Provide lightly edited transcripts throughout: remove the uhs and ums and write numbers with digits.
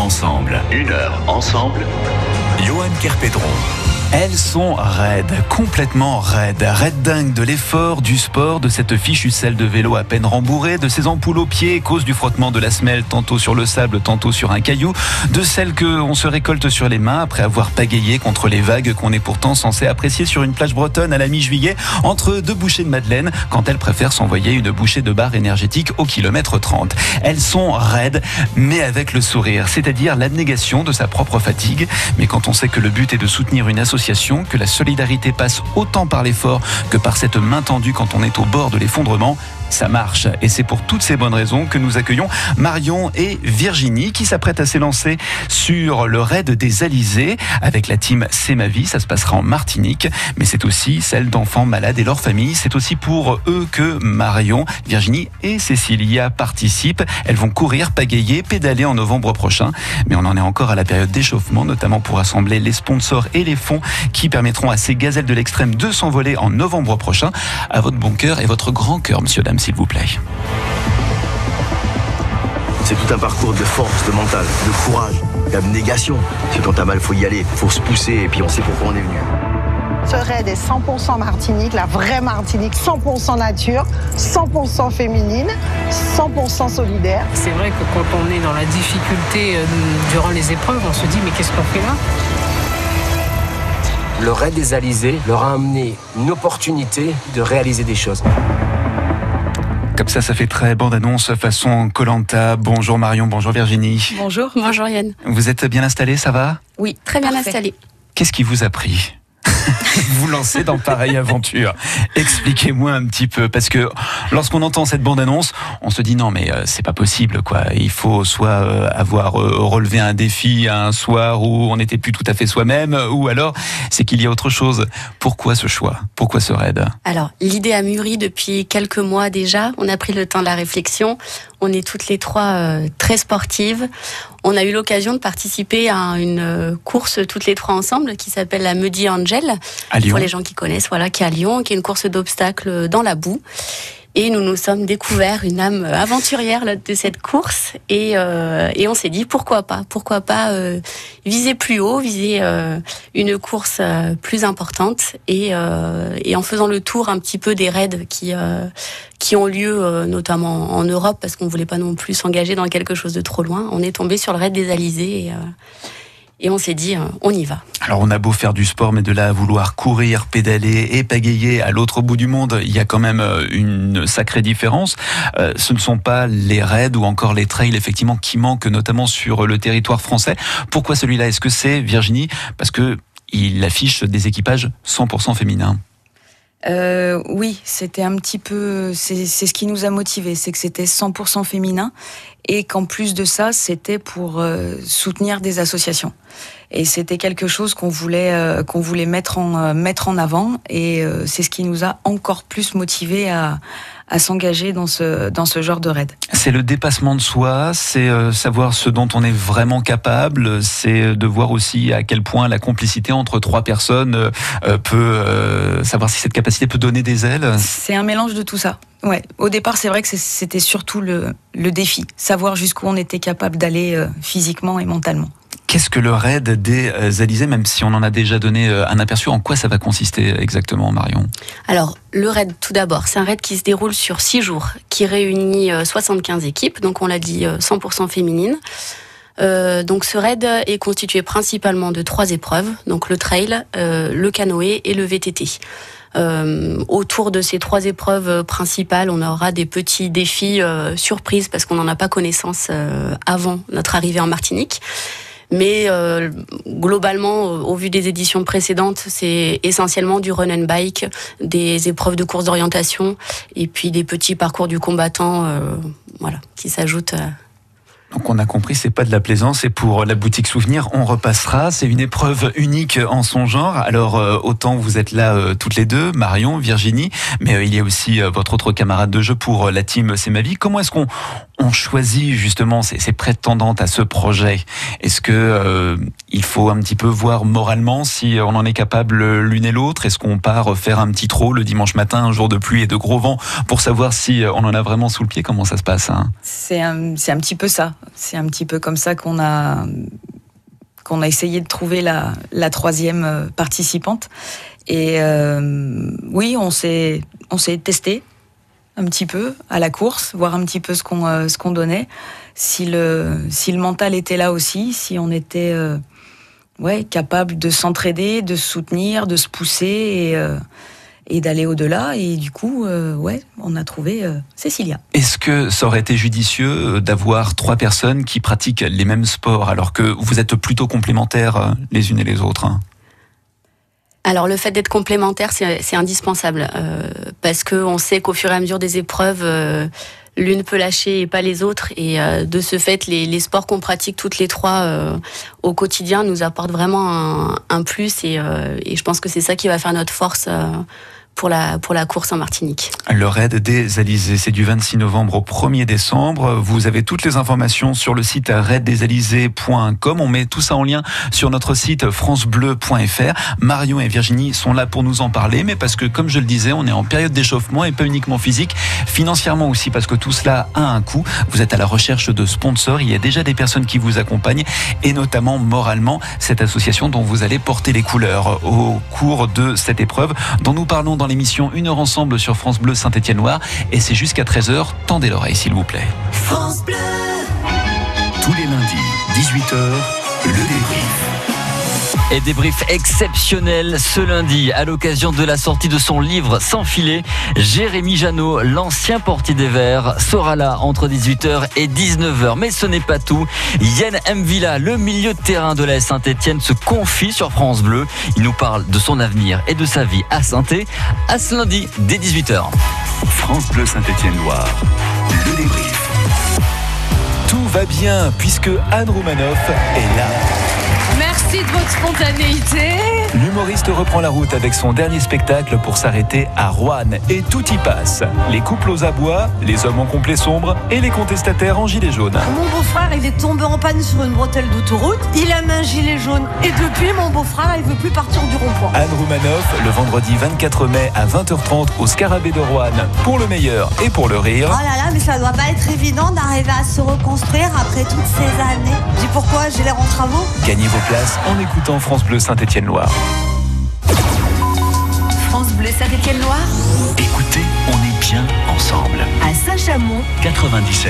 ensemble. 1 heure ensemble. Johan Kerpedron. Elles sont raides, complètement raides. Raides dingues de l'effort, du sport, de cette fichue selle de vélo à peine rembourrée, de ces ampoules aux pieds, cause du frottement de la semelle, tantôt sur le sable, tantôt sur un caillou, de celles qu'on se récolte sur les mains après avoir pagayé contre les vagues qu'on est pourtant censé apprécier sur une plage bretonne à la mi-juillet, entre 2 bouchées de madeleine, quand elles préfèrent s'envoyer une bouchée de barre énergétique au kilomètre 30. Elles sont raides, mais avec le sourire, c'est-à-dire l'abnégation de sa propre fatigue. Mais quand on sait que le but est de soutenir une association, que la solidarité passe autant par l'effort que par cette main tendue quand on est au bord de l'effondrement, ça marche. Et c'est pour toutes ces bonnes raisons que nous accueillons Marion et Virginie qui s'apprêtent à s'élancer sur le raid des Alizés avec la team C'est ma vie. Ça se passera en Martinique, mais c'est aussi celle d'enfants malades et leurs familles. C'est aussi pour eux que Marion, Virginie et Cécilia participent. Elles vont courir, pagayer, pédaler en novembre prochain. Mais on en est encore à la période d'échauffement, notamment pour assembler les sponsors et les fonds qui permettront à ces gazelles de l'extrême de s'envoler en novembre prochain. À votre bon cœur et votre grand cœur, monsieur, dame, s'il vous plaît. C'est tout un parcours de force, de mental, de courage, d'abnégation. Si quand t'as mal, faut y aller, faut se pousser et puis on sait pourquoi on est venu. Ce raid est 100% Martinique, la vraie Martinique, 100% nature, 100% féminine, 100% solidaire. C'est vrai que quand on est dans la difficulté durant les épreuves, on se dit mais qu'est-ce qu'on fait là ? Le raid des Alizés leur a amené une opportunité de réaliser des choses. Comme ça fait très bande-annonce façon Koh-Lanta. Bonjour Marion, bonjour Virginie. Bonjour Yann. Vous êtes bien installés, ça va ? Oui, très bien installé. Qu'est-ce qui vous a pris ? Vous lancez dans pareille aventure. Expliquez-moi un petit peu, parce que lorsqu'on entend cette bande-annonce, on se dit non mais c'est pas possible quoi. Il faut soit avoir relevé un défi un soir où on n'était plus tout à fait soi-même, ou alors c'est qu'il y a autre chose. Pourquoi ce choix ? Pourquoi ce raid ? Alors l'idée a mûri depuis quelques mois déjà. On a pris le temps de la réflexion. On est toutes les trois très sportives. On a eu l'occasion de participer à une course toutes les trois ensemble qui s'appelle la Muddy Angel. À Lyon. Pour les gens qui connaissent, voilà, qui est à Lyon, qui est une course d'obstacles dans la boue. Et nous nous sommes découverts une âme aventurière là, de cette course et on s'est dit pourquoi pas viser plus haut, viser une course plus importante et en faisant le tour un petit peu des raids qui ont lieu notamment en Europe parce qu'on voulait pas non plus s'engager dans quelque chose de trop loin. On est tombé sur le raid des Alizés et on s'est dit, on y va. Alors on a beau faire du sport, mais de là à vouloir courir, pédaler et pagayer à l'autre bout du monde, il y a quand même une sacrée différence. Ce ne sont pas les raids ou encore les trails effectivement qui manquent, notamment sur le territoire français. Pourquoi celui-là ? Est-ce que c'est, Virginie, parce que il affiche des équipages 100% féminins ? Oui, c'était un petit peu, c'est ce qui nous a motivés, c'est que c'était 100% féminin et qu'en plus de ça, c'était pour soutenir des associations. Et c'était quelque chose qu'on voulait mettre en avant et c'est ce qui nous a encore plus motivés à s'engager dans ce genre de raid. C'est le dépassement de soi, c'est savoir ce dont on est vraiment capable, c'est de voir aussi à quel point la complicité entre 3 personnes peut savoir si cette capacité peut donner des ailes. C'est un mélange de tout ça. Ouais. Au départ, c'est vrai que c'était surtout le défi, savoir jusqu'où on était capable d'aller physiquement et mentalement. Qu'est-ce que le raid des Alizés, même si on en a déjà donné un aperçu, en quoi ça va consister exactement, Marion ? Alors, le raid, tout d'abord, c'est un raid qui se déroule sur 6 jours, qui réunit 75 équipes, donc on l'a dit 100% féminines. Donc ce raid est constitué principalement de 3 épreuves, donc le trail, le canoë et le VTT. Autour de ces 3 épreuves principales, on aura des petits défis surprises parce qu'on n'en a pas connaissance avant notre arrivée en Martinique. Mais globalement, au vu des éditions précédentes, c'est essentiellement du run and bike, des épreuves de course d'orientation et puis des petits parcours du combattant qui s'ajoutent. Donc on a compris, c'est pas de la plaisance, et pour la boutique Souvenir, on repassera. C'est une épreuve unique en son genre. Alors autant vous êtes là toutes les deux, Marion, Virginie, mais il y a aussi votre autre camarade de jeu pour la team C'est ma vie. Comment est-ce qu'on on choisit justement ces prétendantes à ce projet, est-ce que il faut un petit peu voir moralement si on en est capable l'une et l'autre? Est-ce qu'on part faire un petit trot le dimanche matin, un jour de pluie et de gros vent, pour savoir si on en a vraiment sous le pied? Comment ça se passe, hein? C'est un petit peu ça. C'est un petit peu comme ça qu'on a essayé de trouver la troisième participante. Et oui, on s'est testé un petit peu à la course, voir un petit peu ce qu'on donnait, si le mental était là aussi, si on était capable de s'entraider, de se soutenir, de se pousser et d'aller au-delà. Et du coup, on a trouvé Cécilia. Est-ce que ça aurait été judicieux d'avoir 3 personnes qui pratiquent les mêmes sports alors que vous êtes plutôt complémentaires les unes et les autres, hein? Alors le fait d'être complémentaire, c'est indispensable parce que on sait qu'au fur et à mesure des épreuves, l'une peut lâcher et pas les autres. Et de ce fait, les sports qu'on pratique toutes les 3 au quotidien nous apportent vraiment un plus. Et je pense que c'est ça qui va faire notre force pour la course en Martinique. Le raid des Alizés, c'est du 26 novembre au 1er décembre. Vous avez toutes les informations sur le site raiddesalizés.com. On met tout ça en lien sur notre site francebleu.fr. Marion et Virginie sont là pour nous en parler, mais parce que, comme je le disais, on est en période d'échauffement et pas uniquement physique, financièrement aussi, parce que tout cela a un coût. Vous êtes à la recherche de sponsors. Il y a déjà des personnes qui vous accompagnent et notamment moralement, cette association dont vous allez porter les couleurs au cours de cette épreuve dont nous parlons dans l'émission 1 heure ensemble sur France Bleu Saint-Étienne-Loire, et c'est jusqu'à 13h. Tendez l'oreille s'il vous plaît. France Bleu. Tous les lundis, 18h, le débrief. Et débrief exceptionnel ce lundi à l'occasion de la sortie de son livre Sans filet. Jérémy Janot, l'ancien portier des Verts, sera là entre 18h et 19h. Mais ce n'est pas tout. Yann Mvila, le milieu de terrain de la Saint-Étienne, se confie sur France Bleu. Il nous parle de son avenir et de sa vie à Saint-Étienne à ce lundi dès 18h. France Bleu Saint-Étienne-Loire, le débrief. Tout va bien puisque Anne Roumanoff est là. Merci de votre spontanéité. L'humoriste reprend la route avec son dernier spectacle pour s'arrêter à Roanne. Et tout y passe. Les couples aux abois, les hommes en complet sombre et les contestataires en gilet jaune. Mon beau-frère, il est tombé en panne sur une bretelle d'autoroute. Il a mis un gilet jaune. Et depuis, mon beau-frère, il veut plus partir du rond-point. Anne Roumanoff, le vendredi 24 mai à 20h30 au Scarabée de Roanne. Pour le meilleur et pour le rire. Oh là là, mais ça doit pas être évident d'arriver à se reconstruire après toutes ces années. Je dis pourquoi j'ai l'air en travaux. Gagnez vos places en écoutant France Bleu Saint-Étienne-Loire. France Bleu Saint-Étienne-Loire. Écoutez, on est bien ensemble. À Saint-Chamond, 97.1.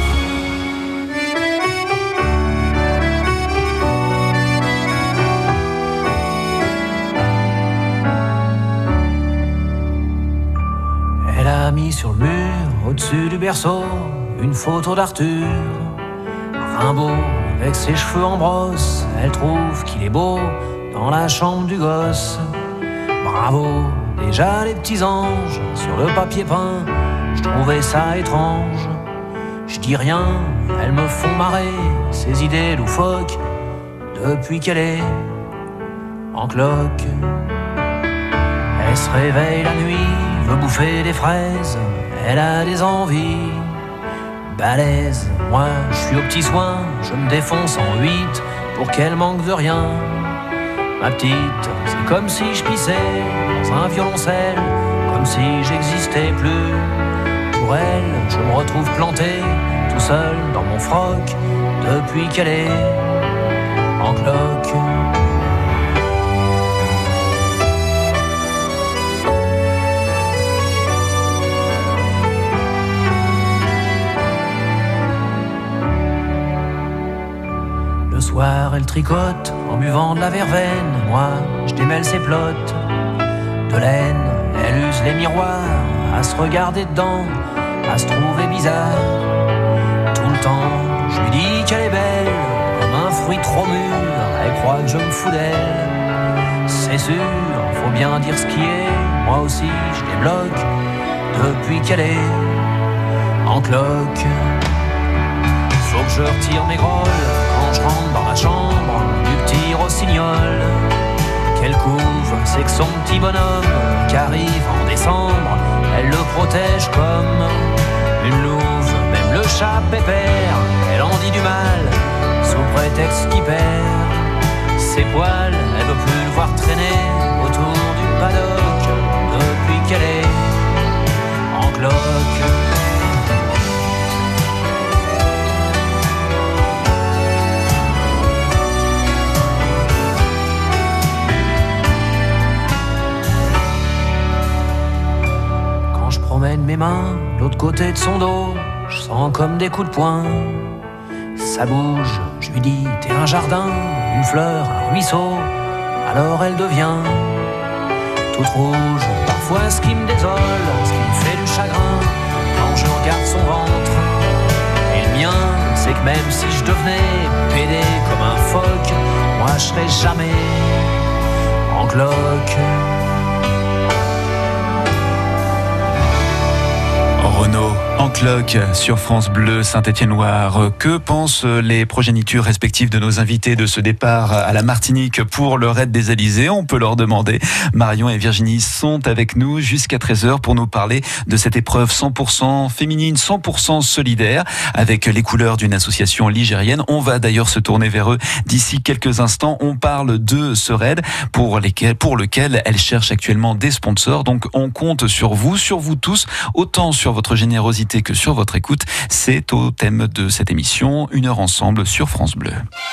Elle a mis sur le mur, au-dessus du berceau, une photo d'Arthur. Rimbaud, avec ses cheveux en brosse, elle trouve qu'il est beau dans la chambre du gosse. Bravo, déjà les petits anges sur le papier peint, je trouvais ça étrange. Je dis rien, elles me font marrer, ces idées loufoques, depuis qu'elle est en cloque. Elle se réveille la nuit, veut bouffer des fraises, elle a des envies balèzes. Moi, je suis aux petits soins, je me défonce en 8 pour qu'elle manque de rien. Ma petite, c'est comme si je pissais dans un violoncelle, comme si j'existais plus. Pour elle, je me retrouve planté, tout seul dans mon froc, depuis qu'elle est en cloque. Le soir, elle tricote en buvant de la verveine. Moi, je démêle ses plottes de laine. Elle use les miroirs à se regarder dedans, à se trouver bizarre. Tout le temps, je lui dis qu'elle est belle, comme un fruit trop mûr. Elle croit que je me fous d'elle. C'est sûr, faut bien dire ce qui est. Moi aussi, je débloque depuis qu'elle est en cloque. Faut que je retire mes grolles quand je rentre dans la chambre du petit rossignol. Qu'elle couvre, c'est que son petit bonhomme qui arrive en décembre, elle le protège comme une louve. Même le échappe pépère, elle en dit du mal, sous prétexte qu'il perd ses poils. Elle veut plus le voir traîner autour du paddock depuis qu'elle est en cloque. Quand je promène mes mains de l'autre côté de son dos, je sens comme des coups de poing. Ça bouge, je lui dis t'es un jardin, une fleur, un ruisseau. Alors elle devient toute rouge. Parfois ce qui me désole, ce qui me fait du chagrin, quand je regarde son ventre et le mien, c'est que même si je devenais pédé comme un phoque, moi je serais jamais en cloque. Renaud en cloque sur France Bleu Saint-Étienne-Loire. Que pensent les progénitures respectives de nos invités de ce départ à la Martinique pour le raid des Alizés? On peut leur demander. Marion et Virginie sont avec nous jusqu'à 13h pour nous parler de cette épreuve 100% féminine, 100% solidaire, avec les couleurs d'une association ligérienne. On va d'ailleurs se tourner vers eux d'ici quelques instants. On parle de ce raid pour lequel elle cherche actuellement des sponsors. Donc on compte sur vous tous, autant sur votre générosité que sur votre écoute. C'est au thème de cette émission, 1 heure ensemble sur France Bleu.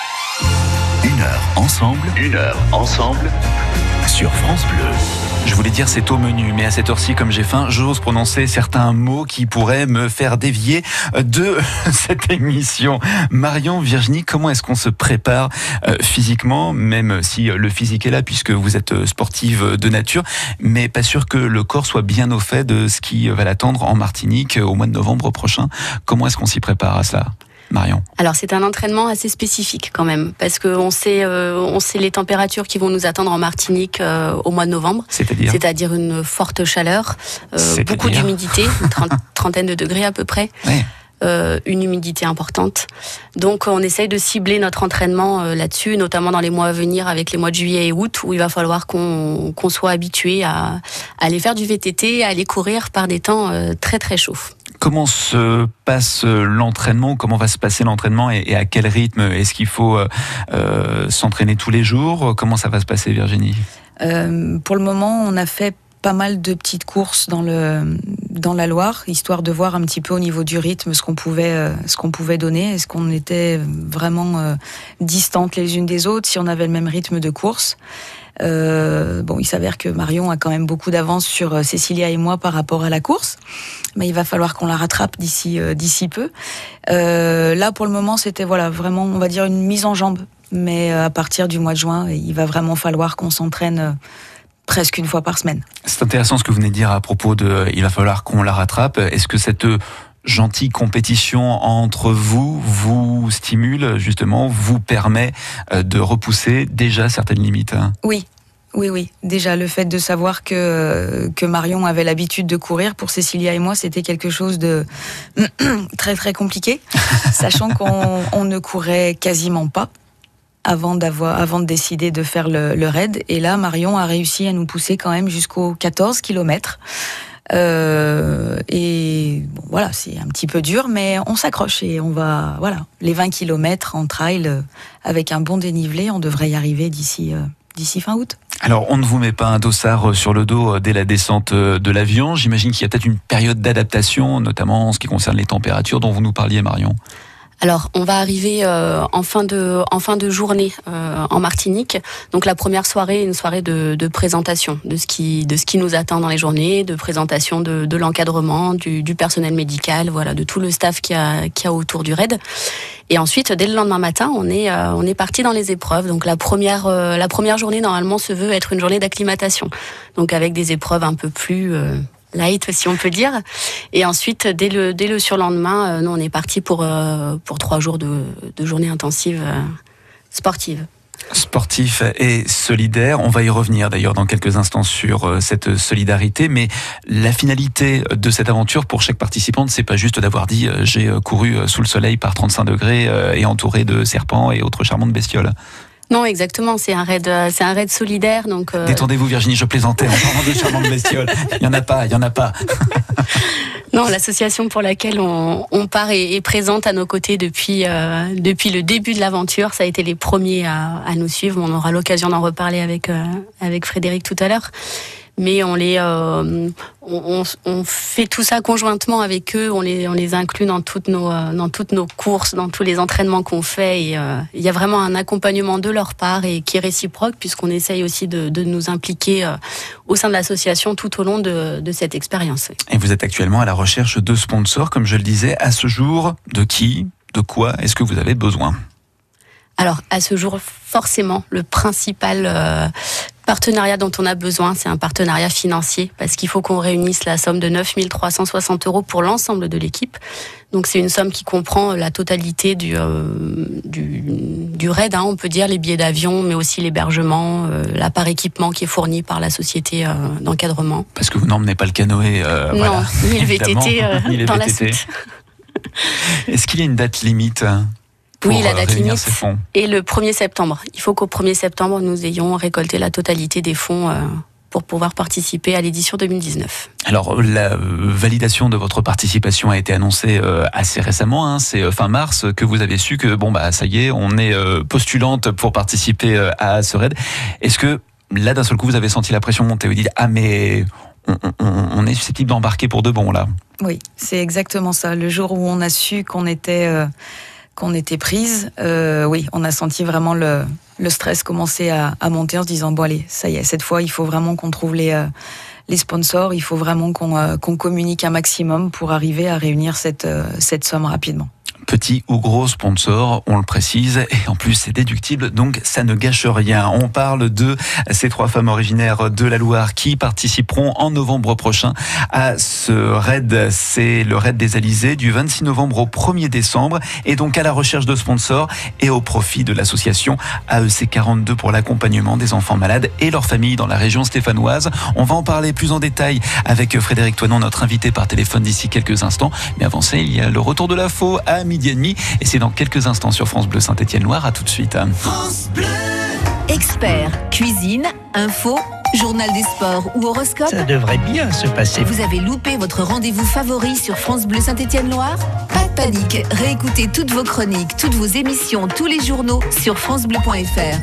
1 heure ensemble sur France Bleu. Je voulais dire c'est au menu, mais à cette heure-ci, comme j'ai faim, j'ose prononcer certains mots qui pourraient me faire dévier de cette émission. Marion, Virginie, comment est-ce qu'on se prépare physiquement, même si le physique est là puisque vous êtes sportive de nature, mais pas sûr que le corps soit bien au fait de ce qui va l'attendre en Martinique au mois de novembre prochain. Comment est-ce qu'on s'y prépare à cela ? Marion. Alors c'est un entraînement assez spécifique quand même, parce qu'on sait les températures qui vont nous attendre en Martinique au mois de novembre. C'est-à-dire une forte chaleur, beaucoup d'humidité, une trentaine de degrés à peu près. Oui. Une humidité importante. Donc on essaye de cibler notre entraînement là-dessus, notamment dans les mois à venir avec les mois de juillet et août, où il va falloir qu'on soit habitué à aller faire du VTT, à aller courir par des temps très très chauds. Comment se passe l'entraînement? Comment va se passer l'entraînement et à quel rythme? Est-ce qu'il faut s'entraîner tous les jours? Comment ça va se passer, Virginie? Pour le moment, on a fait pas mal de petites courses dans la Loire, histoire de voir un petit peu au niveau du rythme ce qu'on pouvait donner. Est-ce qu'on était vraiment distantes les unes des autres, si on avait le même rythme de course. Il s'avère que Marion a quand même beaucoup d'avance sur Cécilia et moi par rapport à la course, mais il va falloir qu'on la rattrape d'ici peu. Là, pour le moment, c'était vraiment, on va dire, une mise en jambe. Mais à partir du mois de juin, il va vraiment falloir qu'on s'entraîne presque une fois par semaine. C'est intéressant ce que vous venez de dire à propos de « il va falloir qu'on la rattrape ». Est-ce que cette gentille compétition entre vous stimule, justement, vous permet de repousser déjà certaines limites? Oui. Déjà, le fait de savoir que Marion avait l'habitude de courir, pour Cécilia et moi, c'était quelque chose de très très compliqué, sachant qu'on ne courait quasiment pas avant de décider de faire le raid. Et là, Marion a réussi à nous pousser quand même jusqu'aux 14 km. Et bon, voilà, c'est un petit peu dur, mais on s'accroche et on va, les 20 km en trail avec un bon dénivelé, on devrait y arriver d'ici fin août. Alors, on ne vous met pas un dossard sur le dos dès la descente de l'avion. J'imagine qu'il y a peut-être une période d'adaptation, notamment en ce qui concerne les températures dont vous nous parliez, Marion. Alors, on va arriver en fin de journée en Martinique. Donc, la première soirée, une soirée de présentation de ce qui nous attend dans les journées, de présentation de l'encadrement, du personnel médical, de tout le staff qu'il y a autour du raid. Et ensuite, dès le lendemain matin, on est parti dans les épreuves. Donc, la première journée, normalement, se veut être une journée d'acclimatation. Donc, avec des épreuves un peu plus light, si on peut dire. Et ensuite, dès le surlendemain, nous, on est parti pour 3 jours de journée intensive sportive. Sportif et solidaire. On va y revenir d'ailleurs dans quelques instants sur cette solidarité, mais la finalité de cette aventure pour chaque participante, c'est pas juste d'avoir dit j'ai couru sous le soleil par 35 degrés et entouré de serpents et autres charmantes bestioles. Non, exactement. C'est un raid solidaire. Donc, Détendez-vous, Virginie, je plaisantais en parlant de charmantes bestioles. Il y en a pas. Non, l'association pour laquelle on part est présente à nos côtés depuis le début de l'aventure. Ça a été les premiers à nous suivre. On aura l'occasion d'en reparler avec Frédéric tout à l'heure. Mais on fait tout ça conjointement avec eux. On les inclut dans toutes nos courses, dans tous les entraînements qu'on fait. Et il y a vraiment un accompagnement de leur part et qui est réciproque, puisqu'on essaye aussi de nous impliquer au sein de l'association tout au long de cette expérience. Et vous êtes actuellement à la recherche de sponsors, comme je le disais. À ce jour, de qui, de quoi est-ce que vous avez besoin ? Alors, à ce jour, forcément, le principal partenariat dont on a besoin, c'est un partenariat financier, parce qu'il faut qu'on réunisse la somme de 9 360 € pour l'ensemble de l'équipe. Donc c'est une somme qui comprend la totalité du raid, on peut dire, les billets d'avion, mais aussi l'hébergement, l'appart équipement qui est fourni par la société d'encadrement. Parce que vous n'emmenez pas le canoë, non, ni le VTT dans la soute. Est-ce qu'il y a une date limite ? Oui, la date limite est le 1er septembre. Il faut qu'au 1er septembre, nous ayons récolté la totalité des fonds pour pouvoir participer à l'édition 2019. Alors, la validation de votre participation a été annoncée assez récemment. C'est fin mars que vous avez su que, ça y est, on est postulante pour participer à ce raid. Est-ce que, là, d'un seul coup, vous avez senti la pression monter ? Vous dites, mais on est susceptible d'embarquer pour de bon, là ? Oui, c'est exactement ça. Le jour où on a su qu'on était prise, oui, on a senti vraiment le stress commencer à monter en se disant, allez, ça y est, cette fois, il faut vraiment qu'on trouve les sponsors, il faut vraiment qu'on communique un maximum pour arriver à réunir cette somme rapidement. Petit ou gros sponsor, on le précise, et en plus c'est déductible, donc ça ne gâche rien. On parle de ces 3 femmes originaires de la Loire qui participeront en novembre prochain à ce raid. C'est le raid des Alizés du 26 novembre au 1er décembre, et donc à la recherche de sponsors et au profit de l'association AEC 42 pour l'accompagnement des enfants malades et leurs familles dans la région stéphanoise. On va en parler plus en détail avec Frédéric Toinon, notre invité par téléphone d'ici quelques instants. Mais avant ça, il y a le retour de l'info à 12h30, et c'est dans quelques instants sur France Bleu Saint-Étienne-Loire. À tout de suite. France Bleu. Experts, cuisine, info, journal des sports ou horoscope. Ça devrait bien se passer. Vous avez loupé votre rendez-vous favori sur France Bleu Saint-Étienne-Loire ? Pas de panique, réécoutez toutes vos chroniques, toutes vos émissions, tous les journaux sur francebleu.fr.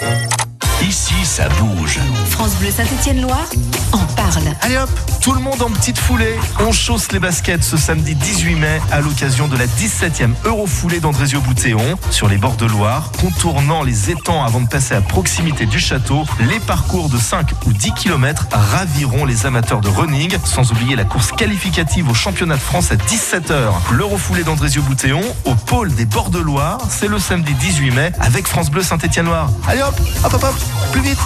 Ici, ça bouge. France Bleu Saint-Étienne-Loire en parle. Allez hop, tout le monde en petite foulée. On chausse les baskets ce samedi 18 mai à l'occasion de la 17e Eurofoulée d'Andrézieux-Bouthéon sur les bords de Loire. Contournant les étangs avant de passer à proximité du château, les parcours de 5 ou 10 km raviront les amateurs de running, sans oublier la course qualificative au championnat de France à 17h. L'Eurofoulée d'Andrézieux-Bouthéon au pôle des bords de Loire, c'est le samedi 18 mai avec France Bleu Saint-Étienne-Loire. Allez hop, hop, hop, hop. Plus vite.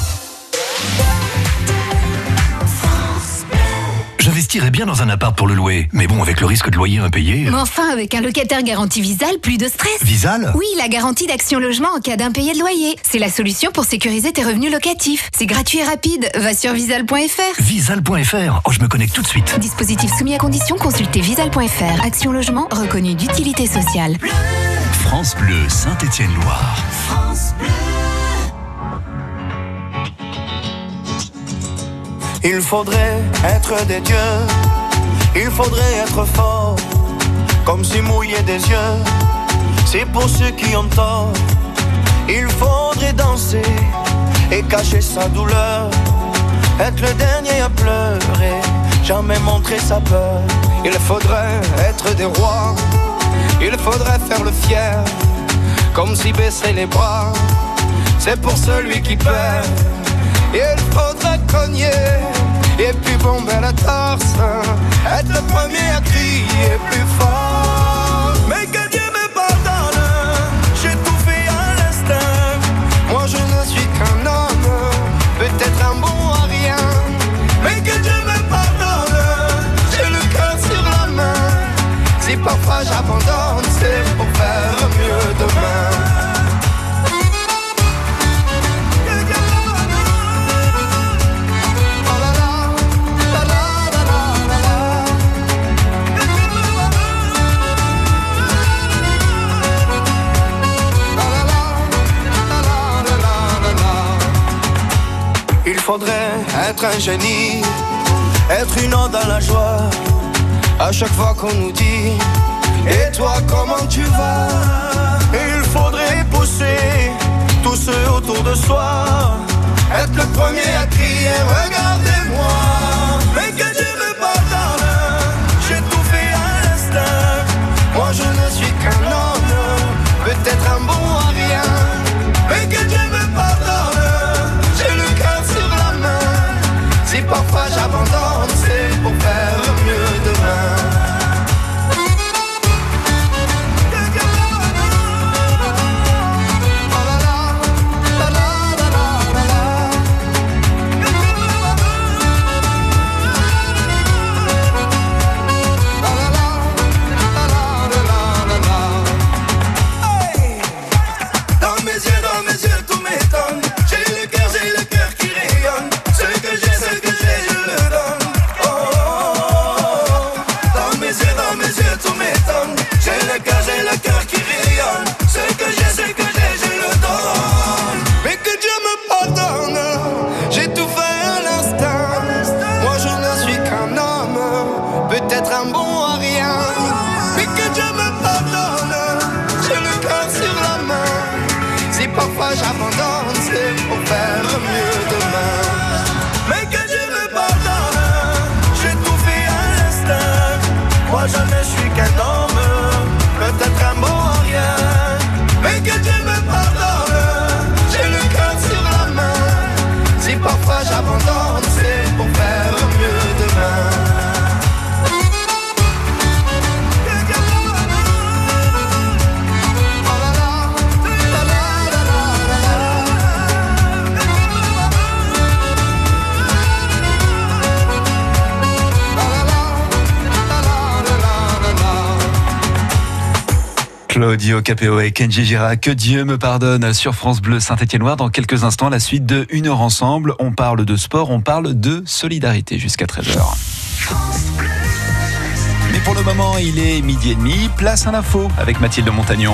J'investirais bien dans un appart pour le louer, mais bon, avec le risque de loyer impayé... Mais enfin, avec un locataire garanti Visal, plus de stress. Visal ? Oui, la garantie d'Action Logement en cas d'impayé de loyer. C'est la solution pour sécuriser tes revenus locatifs. C'est gratuit et rapide. Va sur visal.fr. Visal.fr. Oh, je me connecte tout de suite. Dispositif soumis à condition, consultez visal.fr. Action Logement, reconnu d'utilité sociale. France Bleu Saint-Étienne-Loire. France Bleu. Il faudrait être des dieux, il faudrait être fort, comme si mouiller des yeux, c'est pour ceux qui ont tort. Il faudrait danser et cacher sa douleur, être le dernier à pleurer, jamais montrer sa peur. Il faudrait être des rois, il faudrait faire le fier, comme si baisser les bras, c'est pour celui qui perd. Il faudrait cogner et puis bomber la torse, être le premier à crier plus fort. Mais que Dieu me pardonne, j'ai tout fait à l'instinct. Moi je ne suis qu'un homme, peut-être un bon à rien. Mais que Dieu me pardonne, j'ai le cœur sur la main. Si parfois j'abandonne, c'est pour faire mieux demain. faudrait être un génie, être une onde dans la joie. À chaque fois qu'on nous dit et toi comment tu vas, il faudrait pousser tous ceux autour de soi, être le premier à crier regardez-moi. Mais que Dieu me pardonne, j'ai tout fait à l'instinct. Moi je ne suis qu'un homme, peut-être un bon à rien. Mais que Dieu me pardonne, j'ai le cœur sur la main. Si parfois j'abandonne, c'est pour faire mieux demain. J'abandonne, c'est pour faire mieux demain. Mais que Dieu me pardonne, j'ai tout fait à l'instinct. Moi je ne suis qu'un homme, peut-être un bon à rien. Mais que Dieu me pardonne, j'ai le cœur sur la main. Si parfois j'abandonne, c'est pour faire mieux demain. Claudio Capéo et Kenji Gira, que Dieu me pardonne sur France Bleu Saint-Étienne-Loire. Dans quelques instants, la suite de 1 heure ensemble. On parle de sport, on parle de solidarité jusqu'à 13h. Mais pour le moment, il est 12h30. Place à l'info avec Mathilde Montagnon.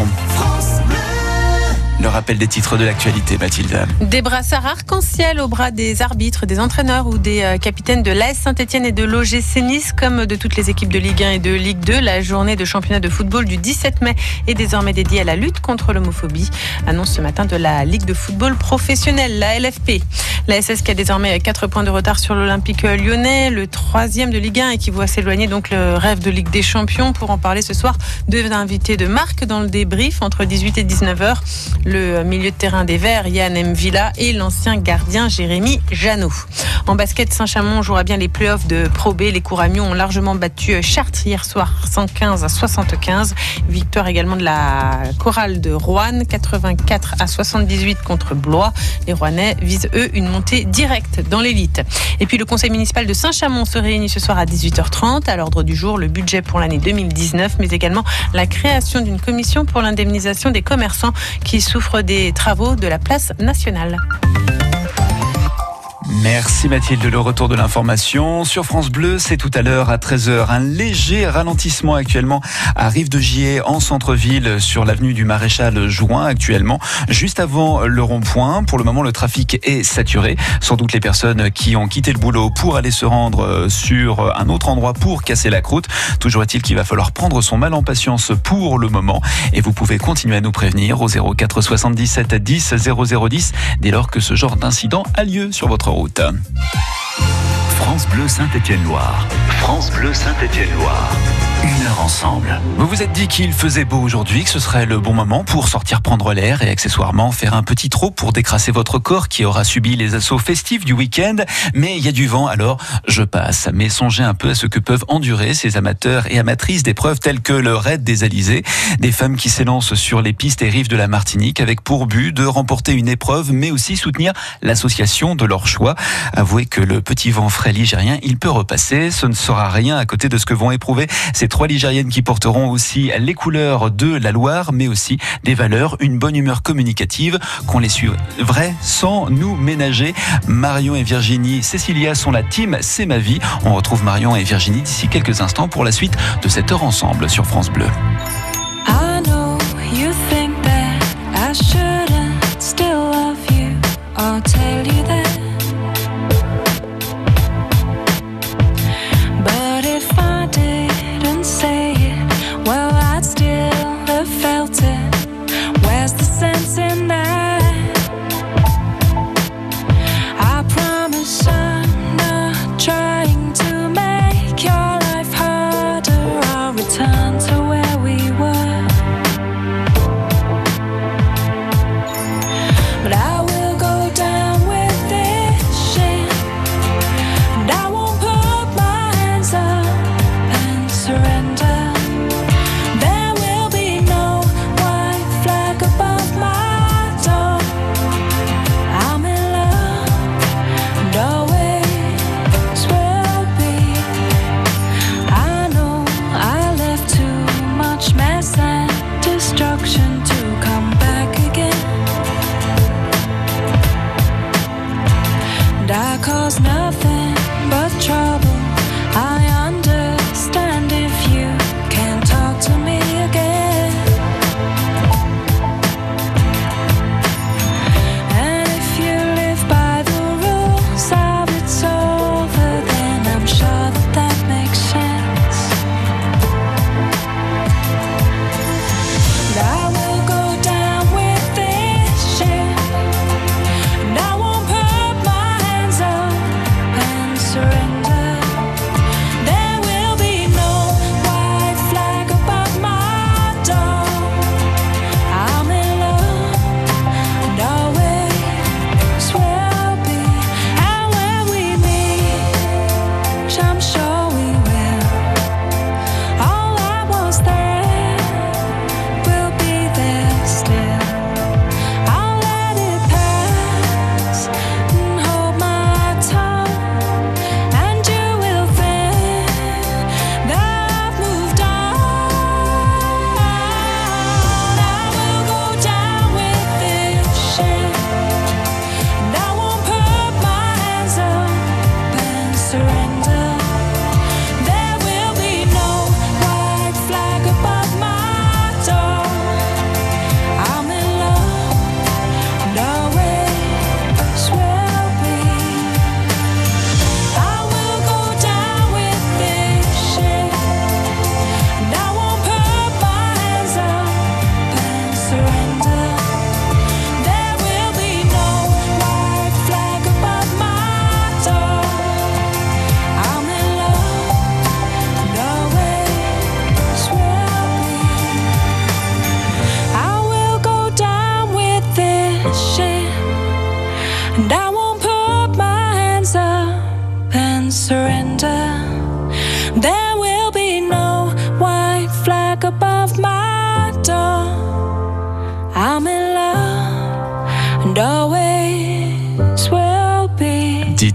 Le rappel des titres de l'actualité, Mathilde. Des brassards arc-en-ciel au bras des arbitres, des entraîneurs ou des capitaines de l'AS Saint-Etienne et de l'OGC Nice, comme de toutes les équipes de Ligue 1 et de Ligue 2. La journée de championnat de football du 17 mai est désormais dédiée à la lutte contre l'homophobie. Annonce ce matin de la Ligue de football professionnelle, la LFP. La SS qui a désormais 4 points de retard sur l'Olympique lyonnais, le 3e de Ligue 1 et qui voit s'éloigner donc le rêve de Ligue des Champions. Pour en parler ce soir, 2 invités de marque dans le débrief entre 18 et 19h. Le milieu de terrain des Verts, Yann Mvila, et l'ancien gardien Jérémy Janot. En basket, Saint-Chamond jouera bien les playoffs de Pro B. Les Couramions ont largement battu Chartres hier soir, 115-75. Victoire également de la chorale de Roanne, 84-78 contre Blois. Les Rouennais visent, eux, une montée directe dans l'élite. Et puis le conseil municipal de Saint-Chamond se réunit ce soir à 18h30. À l'ordre du jour, le budget pour l'année 2019, mais également la création d'une commission pour l'indemnisation des commerçants qui souffrent des travaux de la place nationale. Merci Mathilde, le retour de l'information sur France Bleu, c'est tout à l'heure à 13h. Un léger ralentissement actuellement à Rive-de-Gier en centre-ville sur l'avenue du Maréchal Juin actuellement, juste avant le rond-point. Pour le moment, le trafic est saturé. Sans doute les personnes qui ont quitté le boulot pour aller se rendre sur un autre endroit pour casser la croûte. Toujours est-il qu'il va falloir prendre son mal en patience pour le moment. Et vous pouvez continuer à nous prévenir au 04 77 10 0010 dès lors que ce genre d'incident a lieu sur votre route. France Bleu Saint-Étienne-Loire. France Bleu Saint-Étienne-Loire. 1 heure ensemble. Vous vous êtes dit qu'il faisait beau aujourd'hui, que ce serait le bon moment pour sortir prendre l'air et accessoirement faire un petit trot pour décrasser votre corps qui aura subi les assauts festifs du week-end. Mais il y a du vent, alors je passe. Mais songez un peu à ce que peuvent endurer ces amateurs et amatrices d'épreuves telles que le raid des Alizés. Des femmes qui s'élancent sur les pistes et rives de la Martinique avec pour but de remporter une épreuve, mais aussi soutenir l'association de leur choix. Avouez que le petit vent frais ligérien, il peut repasser. Ce ne sera rien à côté de ce que vont éprouver ces 3 ligériennes qui porteront aussi les couleurs de la Loire, mais aussi des valeurs, une bonne humeur communicative, qu'on les suivrait sans nous ménager. Marion et Virginie, Cécilia sont la team C'est ma vie. On retrouve Marion et Virginie d'ici quelques instants pour la suite de cette heure ensemble sur France Bleu. I know you think that I shouldn't still love you. I'll tell you that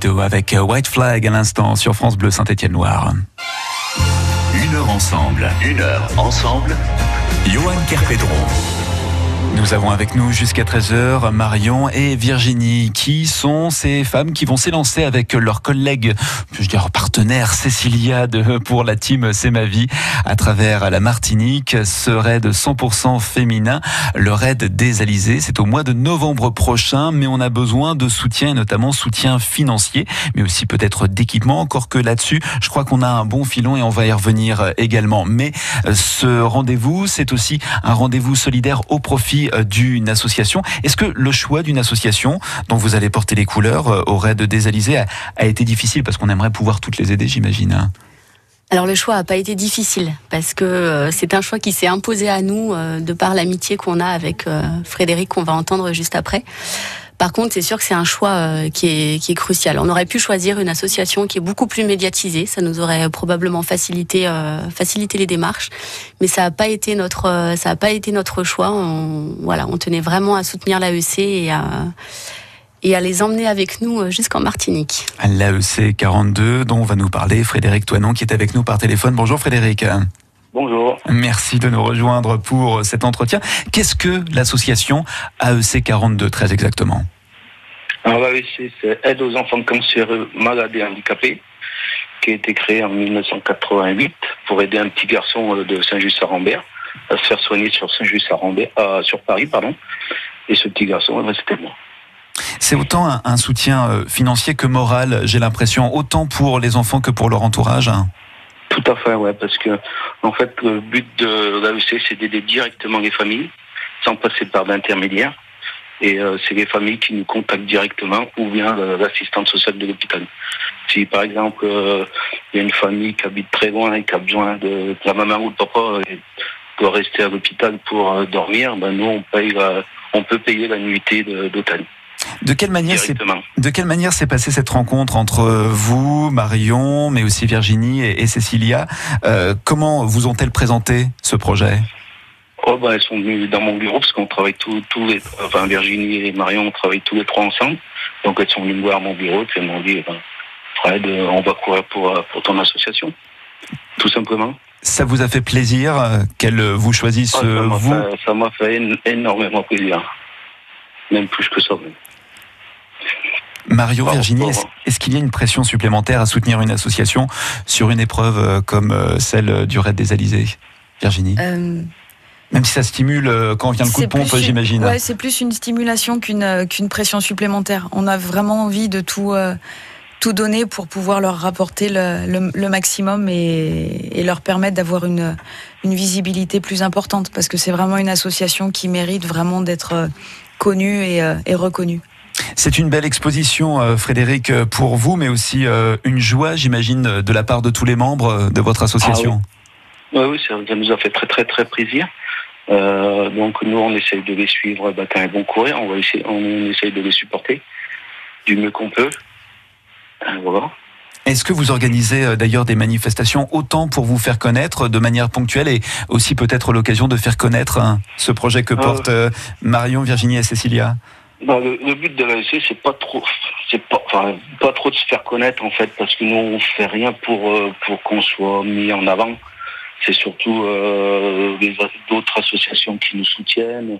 Mojito avec White Flag à l'instant sur France Bleu Saint-Étienne-Loire. 1 heure ensemble. 1 heure ensemble. Johan Kerpedron. Nous avons avec nous jusqu'à 13h Marion et Virginie, qui sont ces femmes qui vont s'élancer avec leurs collègues, je dirais partenaires Cécilia pour la team C'est ma vie à travers la Martinique. Ce raid 100% féminin, le raid des Alizés, c'est au mois de novembre prochain, mais on a besoin de soutien, et notamment soutien financier, mais aussi peut-être d'équipement, encore que là-dessus, je crois qu'on a un bon filon et on va y revenir également. Mais ce rendez-vous, c'est aussi un rendez-vous solidaire au profit d'une association. Est-ce que le choix d'une association dont vous allez porter les couleurs au raid des Alizés a été difficile, parce qu'on aimerait pouvoir toutes les aider, j'imagine? Alors le choix n'a pas été difficile, parce que c'est un choix qui s'est imposé à nous de par l'amitié qu'on a avec Frédéric, qu'on va entendre juste après. Par contre, c'est sûr que c'est un choix qui est crucial. On aurait pu choisir une association qui est beaucoup plus médiatisée. Ça nous aurait probablement facilité les démarches. Mais ça n'a pas été notre choix. On tenait vraiment à soutenir l'AEC et à les emmener avec nous jusqu'en Martinique. L'AEC 42, dont va nous parler Frédéric Toinon, qui est avec nous par téléphone. Bonjour Frédéric. Bonjour. Merci de nous rejoindre pour cet entretien. Qu'est-ce que l'association AEC 42, très exactement? Alors l'AEC, c'est Aide aux enfants cancéreux, malades et handicapés, qui a été créée en 1988 pour aider un petit garçon de Saint-Just-à-Rambert à se faire soigner sur Paris. Et ce petit garçon, c'était moi. C'est autant un soutien financier que moral, j'ai l'impression, autant pour les enfants que pour leur entourage. Tout à fait, ouais, parce que en fait, le but de l'AEC, c'est d'aider directement les familles, sans passer par d'intermédiaires. Et c'est les familles qui nous contactent directement, ou bien l'assistante sociale de l'hôpital. Si par exemple, il y a une famille qui habite très loin et qui a besoin de la maman ou le papa et doit rester à l'hôpital pour dormir, nous on peut payer la nuitée d'hôtel. De quelle manière s'est passée cette rencontre entre vous, Marion, mais aussi Virginie et Cécilia? Comment vous ont-elles présenté ce projet? Elles sont venues dans mon bureau parce qu'on travaille Virginie et Marion, on travaille tous les trois ensemble. Donc elles sont venues me voir à mon bureau et elles m'ont dit Fred, on va courir pour ton association, tout simplement. Ça vous a fait plaisir qu'elles vous choisissent Ça m'a fait énormément plaisir, même plus que ça. Mario, Virginie, est-ce qu'il y a une pression supplémentaire à soutenir une association sur une épreuve comme celle du raid des Alizés, Virginie? Même si ça stimule quand vient le coup de pompe, j'imagine. Ouais, c'est plus une stimulation qu'une pression supplémentaire. On a vraiment envie de tout donner pour pouvoir leur rapporter le maximum et leur permettre d'avoir une visibilité plus importante, parce que c'est vraiment une association qui mérite vraiment d'être connue et reconnue. C'est une belle exposition, Frédéric, pour vous, mais aussi une joie, j'imagine, de la part de tous les membres de votre association. Oui, ça nous a fait très très très plaisir. Donc nous, on essaye de les suivre quand elles vont courir, on essaye de les supporter du mieux qu'on peut. Voilà. Est-ce que vous organisez d'ailleurs des manifestations autant pour vous faire connaître de manière ponctuelle et aussi peut-être l'occasion de faire connaître ce projet que portent Marion, Virginie et Cécilia? Le but de l'AEC, c'est pas trop de se faire connaître en fait, parce que nous on fait rien pour qu'on soit mis en avant. C'est surtout d'autres associations qui nous soutiennent,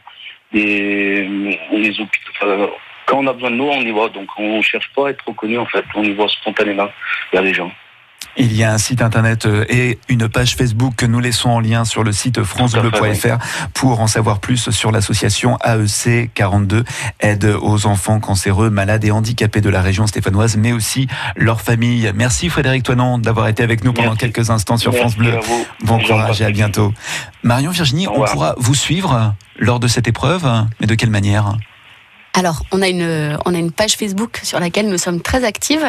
les hôpitaux. Quand on a besoin de nous, on y va. Donc on ne cherche pas à être reconnu en fait. On y va spontanément vers les gens. Il y a un site internet et une page Facebook que nous laissons en lien sur le site francebleu.fr pour en savoir plus sur l'association AEC 42, aide aux enfants cancéreux, malades et handicapés de la région stéphanoise, mais aussi leurs familles. Merci Frédéric Toinon d'avoir été avec nous pendant quelques instants sur France Bleu. Bon courage et à bientôt. Marion, Virginie, on pourra vous suivre lors de cette épreuve, mais de quelle manière ? Alors, on a une page Facebook sur laquelle nous sommes très actives,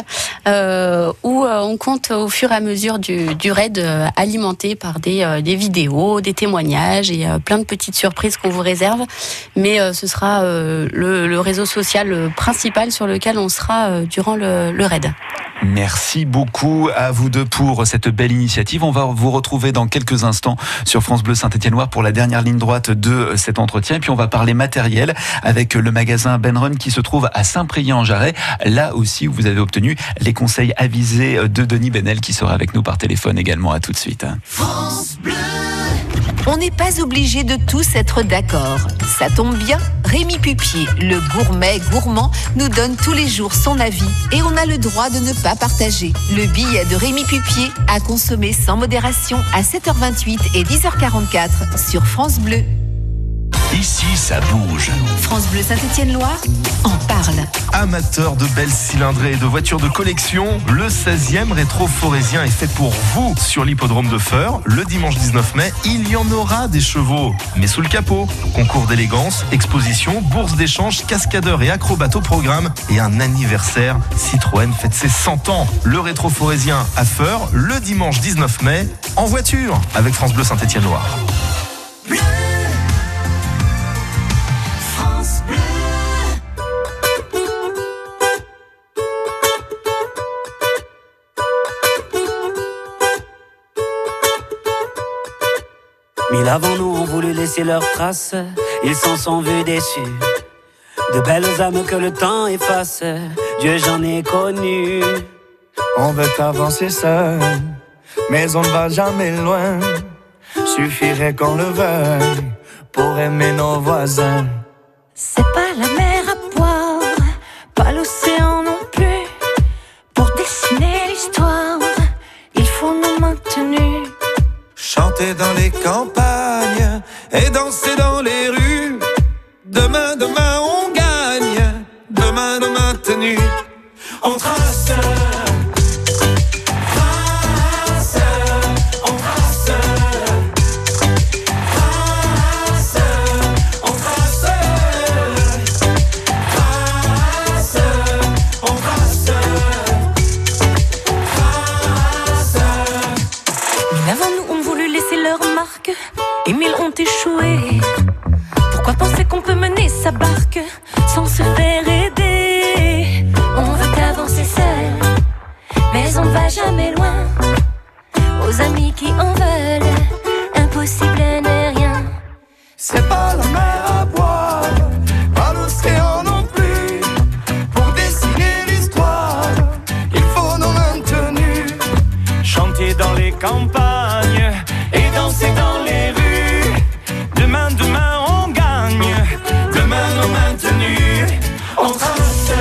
où on compte au fur et à mesure du raid alimenté par des vidéos, des témoignages et plein de petites surprises qu'on vous réserve. Mais ce sera le réseau social principal sur lequel on sera durant le raid. Merci beaucoup à vous deux pour cette belle initiative. On va vous retrouver dans quelques instants sur France Bleu Saint-Étienne-Loire pour la dernière ligne droite de cet entretien. Et puis on va parler matériel avec le magasin Benrun qui se trouve à Saint-Priest-en-Jarret. Là aussi, vous avez obtenu les conseils avisés de Denis Benel qui sera avec nous par téléphone également. À tout de suite. France Bleu. On n'est pas obligé de tous être d'accord. Ça tombe bien, Rémi Pupier, le gourmet gourmand, nous donne tous les jours son avis et on a le droit de ne pas partager. Le billet de Rémi Pupier à consommer sans modération à 7h28 et 10h44 sur France Bleu. Ici, ça bouge. France Bleu Saint-Étienne-Loire en parle. Amateurs de belles cylindrées et de voitures de collection, le 16e Rétro Forésien est fait pour vous sur l'hippodrome de Feurs. Le dimanche 19 mai, il y en aura des chevaux, mais sous le capot. Concours d'élégance, exposition, bourse d'échange, cascadeurs et acrobates au programme et un anniversaire. Citroën fête ses 100 ans. Le Rétro Forésien à Feurs, le dimanche 19 mai, en voiture avec France Bleu Saint-Étienne-Loire. Mille avant nous ont voulu laisser leurs traces, ils s'en sont vus déçus. De belles âmes que le temps efface, Dieu j'en ai connu. On veut avancer seul, mais on ne va jamais loin. Suffirait qu'on le veuille pour aimer nos voisins. C'est pas la mer à boire, pas l'océan non plus. Pour dessiner l'histoire, il faut nous maintenir. Chanter dans les campagnes et danser dans les rues. Demain, demain, on gagne. Demain, demain, tenue. On trace. Et mille ont échoué. Pourquoi penser qu'on peut mener sa barque sans se faire aider? On veut avancer seul, mais on ne va jamais loin. Aux amis qui en veulent, impossible n'est rien. C'est pas la mer à boire, pas l'océan non plus. Pour dessiner l'histoire, il faut nos maintenus. Chanter dans les campagnes et danser dans les rues. Demain, demain, on gagne. Demain, nos maintenus. On trace.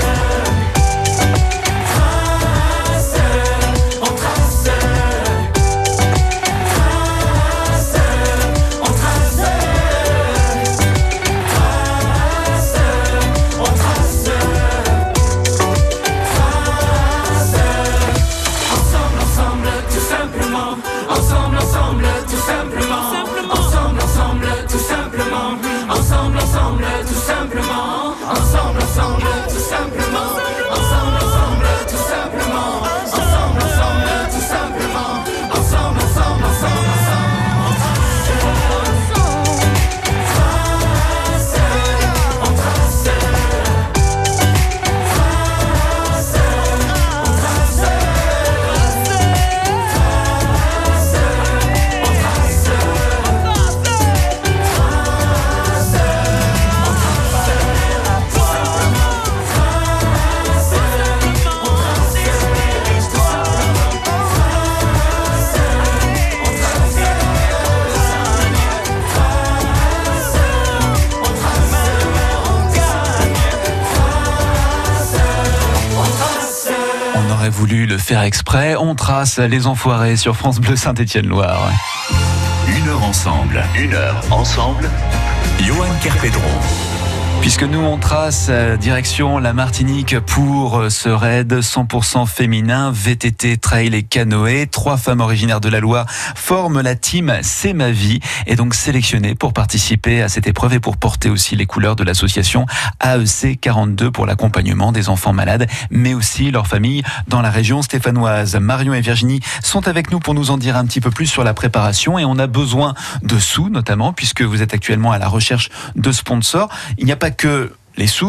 Voulu le faire exprès, on trace les enfoirés sur France Bleu Saint-Étienne-Loire. 1 heure ensemble, 1 heure ensemble, Johan Kerpedron. Puisque nous on trace direction la Martinique pour ce raid 100% féminin, VTT, trail et canoë. 3 femmes originaires de la Loire forment la team C'est ma vie et donc sélectionnées pour participer à cette épreuve et pour porter aussi les couleurs de l'association AEC 42 pour l'accompagnement des enfants malades, mais aussi leurs familles dans la région stéphanoise. Marion et Virginie sont avec nous pour nous en dire un petit peu plus sur la préparation et on a besoin de sous notamment puisque vous êtes actuellement à la recherche de sponsors. Il n'y a pas que les sous,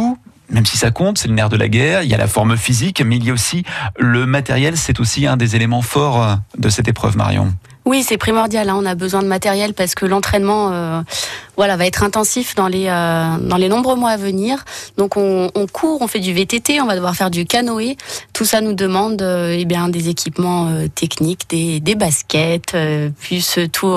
même si ça compte, c'est le nerf de la guerre, il y a la forme physique, mais il y a aussi le matériel, c'est aussi un des éléments forts de cette épreuve, Marion. Oui, c'est primordial. On a besoin de matériel parce que l'entraînement, va être intensif dans les nombreux mois à venir. Donc on court, on fait du VTT, on va devoir faire du canoë. Tout ça nous demande des équipements techniques, des baskets, plus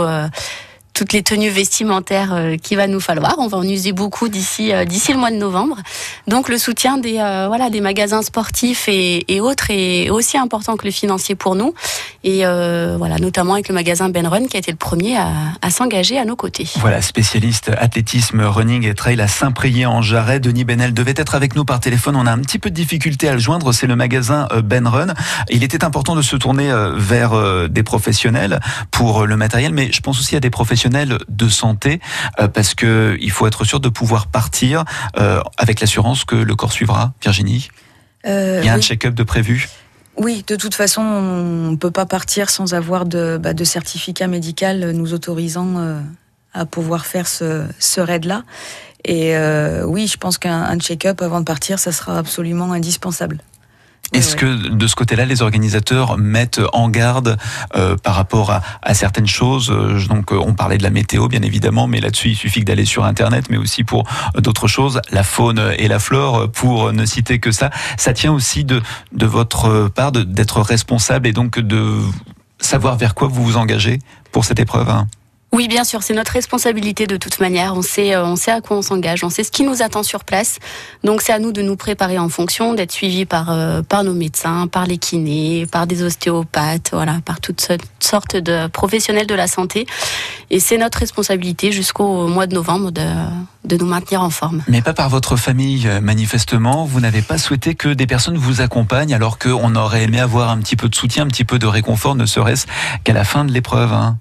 toutes les tenues vestimentaires qu'il va nous falloir. On va en user beaucoup d'ici le mois de novembre. Donc le soutien des magasins sportifs et autres est aussi important que le financier pour nous. Et notamment avec le magasin Ben Run qui a été le premier à s'engager à nos côtés. Voilà, spécialiste athlétisme, running et trail à Saint-Priest-en-Jarret. Denis Benel devait être avec nous par téléphone. On a un petit peu de difficulté à le joindre. C'est le magasin Ben Run. Il était important de se tourner vers des professionnels pour le matériel, mais je pense aussi à des professionnels de santé parce que il faut être sûr de pouvoir partir avec l'assurance que le corps suivra. Virginie, il y a un check-up de prévu? Oui, de toute façon, on ne peut pas partir sans avoir de certificat médical nous autorisant à pouvoir faire ce raid-là. Et oui, je pense qu'un check-up avant de partir, ça sera absolument indispensable. Est-ce que de ce côté-là, les organisateurs mettent en garde par rapport à certaines choses? Donc, on parlait de la météo, bien évidemment, mais là-dessus, il suffit d'aller sur Internet, mais aussi pour d'autres choses, la faune et la flore, pour ne citer que ça. Ça tient aussi de votre part d'être responsable et donc de savoir vers quoi vous vous engagez pour cette épreuve, hein. Oui, bien sûr, c'est notre responsabilité de toute manière. On sait à quoi on s'engage, on sait ce qui nous attend sur place. Donc c'est à nous de nous préparer en fonction, d'être suivis par nos médecins, par les kinés, par des ostéopathes, par toutes sortes de professionnels de la santé. Et c'est notre responsabilité jusqu'au mois de novembre de nous maintenir en forme. Mais pas par votre famille, manifestement. Vous n'avez pas souhaité que des personnes vous accompagnent alors qu'on aurait aimé avoir un petit peu de soutien, un petit peu de réconfort, ne serait-ce qu'à la fin de l'épreuve, hein.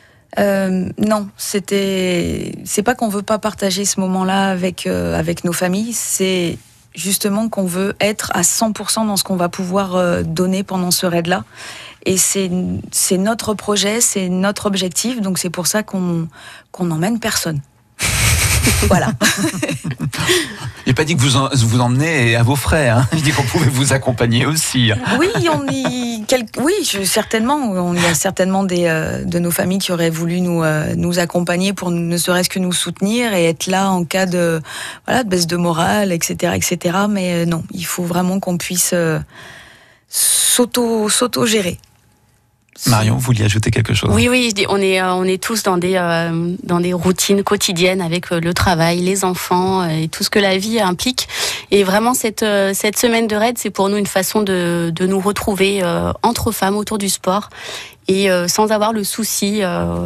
Non, c'est pas qu'on veut pas partager ce moment-là avec nos familles, c'est justement qu'on veut être à 100% dans ce qu'on va pouvoir donner pendant ce raid-là. Et c'est notre projet, c'est notre objectif, donc c'est pour ça qu'on n'emmène personne. Voilà. Il n'a pas dit que vous emmenez à vos frais, hein. Il dit qu'on pouvait vous accompagner aussi. Oui, certainement. Il y a certainement de nos familles qui auraient voulu nous accompagner pour ne serait-ce que nous soutenir et être là en cas de baisse de morale, etc. Mais non, il faut vraiment qu'on puisse s'auto-gérer. Marion, vous vouliez ajouter quelque chose? Oui, on est tous dans des routines quotidiennes avec le travail, les enfants et tout ce que la vie implique. Et vraiment, cette semaine de raid, c'est pour nous une façon de nous retrouver entre femmes autour du sport et sans avoir le souci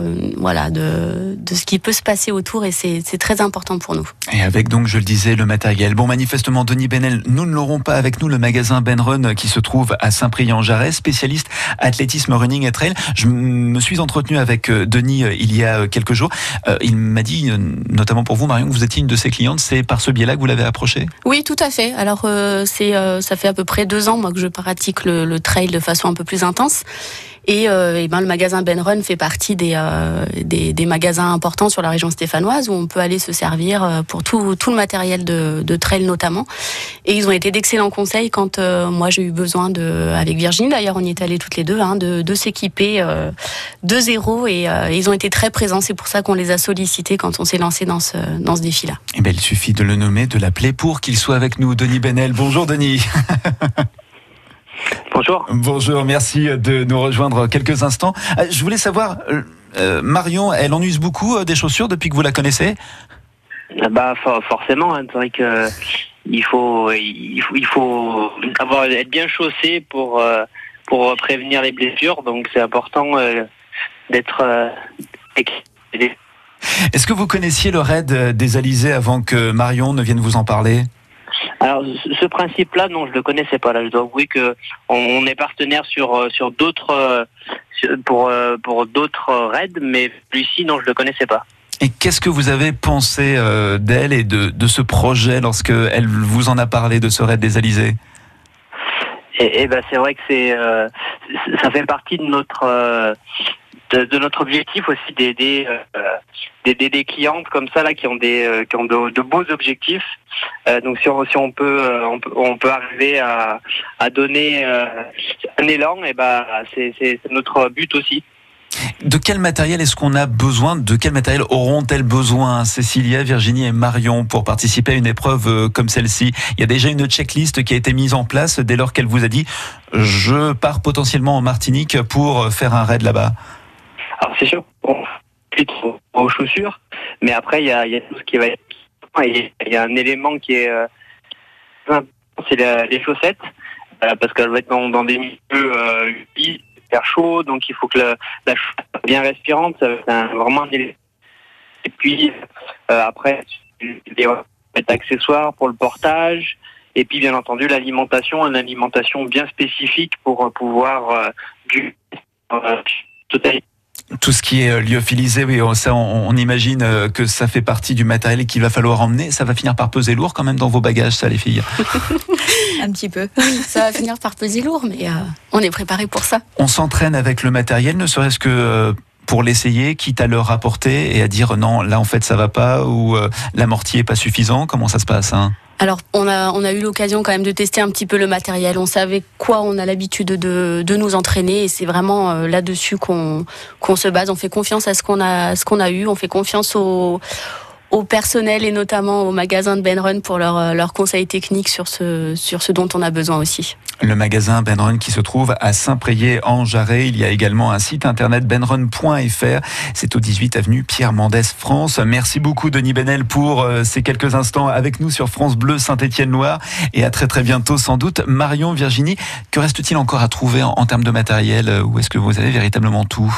de ce qui peut se passer autour, et c'est très important pour nous. Et avec donc, je le disais, le matériel. Bon, manifestement, Denis Benel, nous ne l'aurons pas avec nous, le magasin Ben Run qui se trouve à Saint-Priest-en-Jarret, spécialiste athlétisme, running et trail. Je me suis entretenu avec Denis il y a quelques jours. Il m'a dit, notamment pour vous, Marion, que vous étiez une de ses clientes. C'est par ce biais-là que vous l'avez approché? Oui, tout à fait. Alors, ça fait à peu près 2 ans, moi, que je pratique le trail de façon un peu plus intense. Et le magasin Ben Run fait partie des magasins importants sur la région stéphanoise où on peut aller se servir pour tout le matériel de trail notamment. Et ils ont été d'excellents conseils quand moi j'ai eu besoin avec Virginie, d'ailleurs on y est allés toutes les deux, de s'équiper de zéro, et ils ont été très présents. C'est pour ça qu'on les a sollicités quand on s'est lancé dans ce défi-là. Eh bien, il suffit de le nommer, de l'appeler pour qu'il soit avec nous. Denis Benel, bonjour Denis. Bonjour. Bonjour, merci de nous rejoindre quelques instants. Je voulais savoir, Marion, elle en use beaucoup des chaussures depuis que vous la connaissez? Forcément, hein. C'est vrai que il faut être bien chaussé pour prévenir les blessures, donc c'est important d'être équipé. Est-ce que vous connaissiez le raid des Alizés avant que Marion ne vienne vous en parler? Alors, ce principe-là, non, je le connaissais pas. Là, je dois avouer que on est partenaire sur d'autres pour d'autres raids, mais celui-ci, non, je le connaissais pas. Et qu'est-ce que vous avez pensé d'elle et de ce projet lorsque elle vous en a parlé, de ce raid des Alizés? Et c'est vrai que ça fait partie de de notre objectif aussi d'aider des clientes comme ça là qui ont de beaux objectifs. Donc si on peut arriver à donner un élan, et c'est notre but aussi. De quel matériel est-ce qu'on a besoin? De quel matériel auront-elles besoin, Cécilia, Virginie et Marion, pour participer à une épreuve comme celle-ci? Il y a déjà une checklist qui a été mise en place dès lors qu'elle vous a dit « Je pars potentiellement en Martinique pour faire un raid là-bas ». Alors c'est sûr, aux chaussures, mais après il y a tout ce qui va être... Il y a un élément qui est... c'est les chaussettes, parce qu'elles vont être dans des milieux hyper chaud, donc il faut que la chaussette soit bien respirante, ça va être vraiment un élément. Et puis après, les accessoires pour le portage, et puis bien entendu l'alimentation, une alimentation bien spécifique pour pouvoir totalement. Tout ce qui est lyophilisé, oui, ça, on imagine que ça fait partie du matériel qu'il va falloir emmener. Ça va finir par peser lourd quand même dans vos bagages, ça, les filles. Un petit peu. Oui, ça va finir par peser lourd, mais on est préparé pour ça. On s'entraîne avec le matériel, ne serait-ce que pour l'essayer, quitte à le rapporter et à dire non, là en fait ça va pas, ou l'amorti est pas suffisant. Comment ça se passe, hein? Alors, on a eu l'occasion quand même de tester un petit peu le matériel. On savait quoi on a l'habitude de nous entraîner, et c'est vraiment là-dessus qu'on se base. On fait confiance à ce qu'on a eu. On fait confiance au personnel et notamment au magasin de Ben Run pour leurs conseils techniques sur ce dont on a besoin aussi. Le magasin Ben Run qui se trouve à Saint-Préier-en-Jarret. Il y a également un site internet benrun.fr. C'est au 18 avenue Pierre Mendès, France. Merci beaucoup Denis Benel pour ces quelques instants avec nous sur France Bleu Saint-Étienne-Loire, et à très très bientôt sans doute. Marion, Virginie, que reste-t-il encore à trouver en termes de matériel? Où est-ce que vous avez véritablement tout?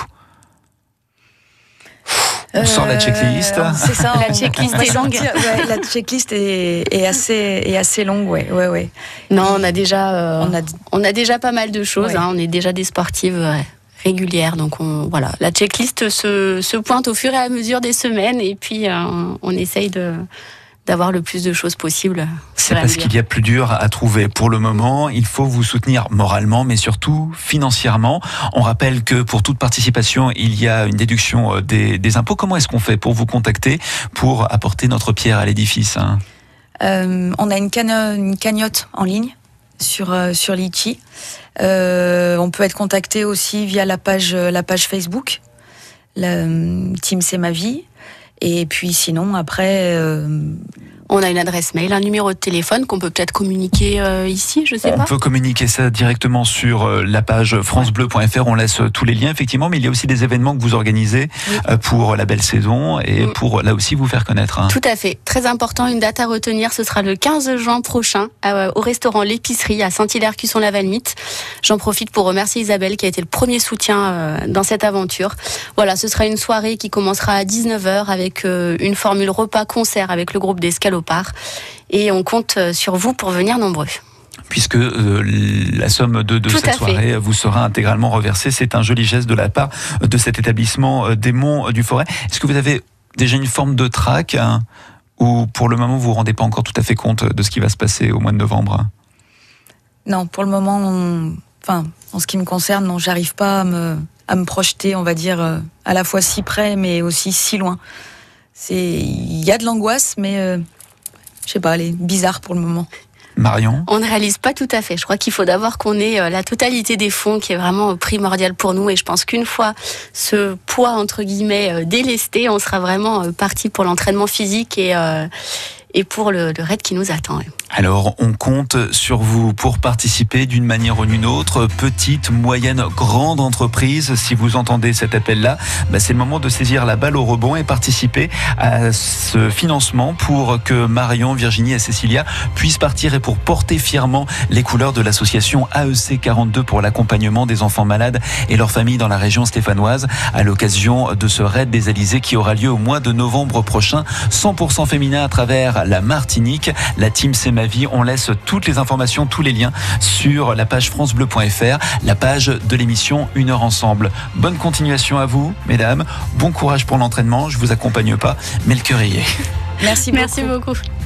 On sort la checklist. C'est ça. La checklist est longue. Ouais, la checklist est assez longue, ouais. Non, on a déjà pas mal de choses. Ouais. Hein, on est déjà des sportives régulières, donc voilà. La checklist se pointe au fur et à mesure des semaines, et puis on essaye d'avoir le plus de choses possible. C'est parce qu'il y a plus dur à trouver. Pour le moment, il faut vous soutenir moralement, mais surtout financièrement. On rappelle que pour toute participation, il y a une déduction des impôts. Comment est-ce qu'on fait pour vous contacter, pour apporter notre pierre à l'édifice, hein? On a une cagnotte en ligne sur Litchi. On peut être contacté aussi via la page Facebook, la Team C'est ma vie. Et puis sinon, après... On a une adresse mail, un numéro de téléphone qu'on peut peut-être communiquer ici, je sais pas. On peut communiquer ça directement sur la page francebleu.fr. On laisse tous les liens, effectivement, mais il y a aussi des événements que vous organisez pour la belle saison et pour, là aussi, vous faire connaître. Hein. Tout à fait. Très important, une date à retenir, ce sera le 15 juin prochain au restaurant L'Épicerie à Saint-Hilaire-Cusson-la-Valmite. J'en profite pour remercier Isabelle qui a été le premier soutien dans cette aventure. Voilà, ce sera une soirée qui commencera à 19h avec une formule repas-concert avec le groupe des Scalopards. Et on compte sur vous pour venir nombreux. Puisque la somme de cette soirée vous sera intégralement reversée. C'est un joli geste de la part de cet établissement des Monts du Forêt. Est-ce que vous avez déjà une forme de trac, hein, ou pour le moment vous ne vous rendez pas encore tout à fait compte de ce qui va se passer au mois de novembre? Non, pour le moment, en ce qui me concerne, non, j'arrive pas à me projeter, on va dire, à la fois si près mais aussi si loin. Il y a de l'angoisse, mais je sais pas, elle est bizarre pour le moment. Marion ? On ne réalise pas tout à fait. Je crois qu'il faut d'abord qu'on ait la totalité des fonds qui est vraiment primordial pour nous. Et je pense qu'une fois ce poids, entre guillemets, délesté, on sera vraiment parti pour l'entraînement physique et pour le raid qui nous attend. Alors, on compte sur vous pour participer d'une manière ou d'une autre, petite, moyenne, grande entreprise. Si vous entendez cet appel-là, c'est le moment de saisir la balle au rebond et participer à ce financement pour que Marion, Virginie et Cécilia puissent partir et pour porter fièrement les couleurs de l'association AEC 42 pour l'accompagnement des enfants malades et leurs familles dans la région stéphanoise à l'occasion de ce raid des Alizés qui aura lieu au mois de novembre prochain. 100% féminin à travers la Martinique. La team C'est ma vie. On laisse toutes les informations, tous les liens sur la page francebleu.fr, la page de l'émission Une heure ensemble. Bonne continuation à vous, mesdames. Bon courage pour l'entraînement. Je vous accompagne pas, mais le cœur y est. Merci beaucoup.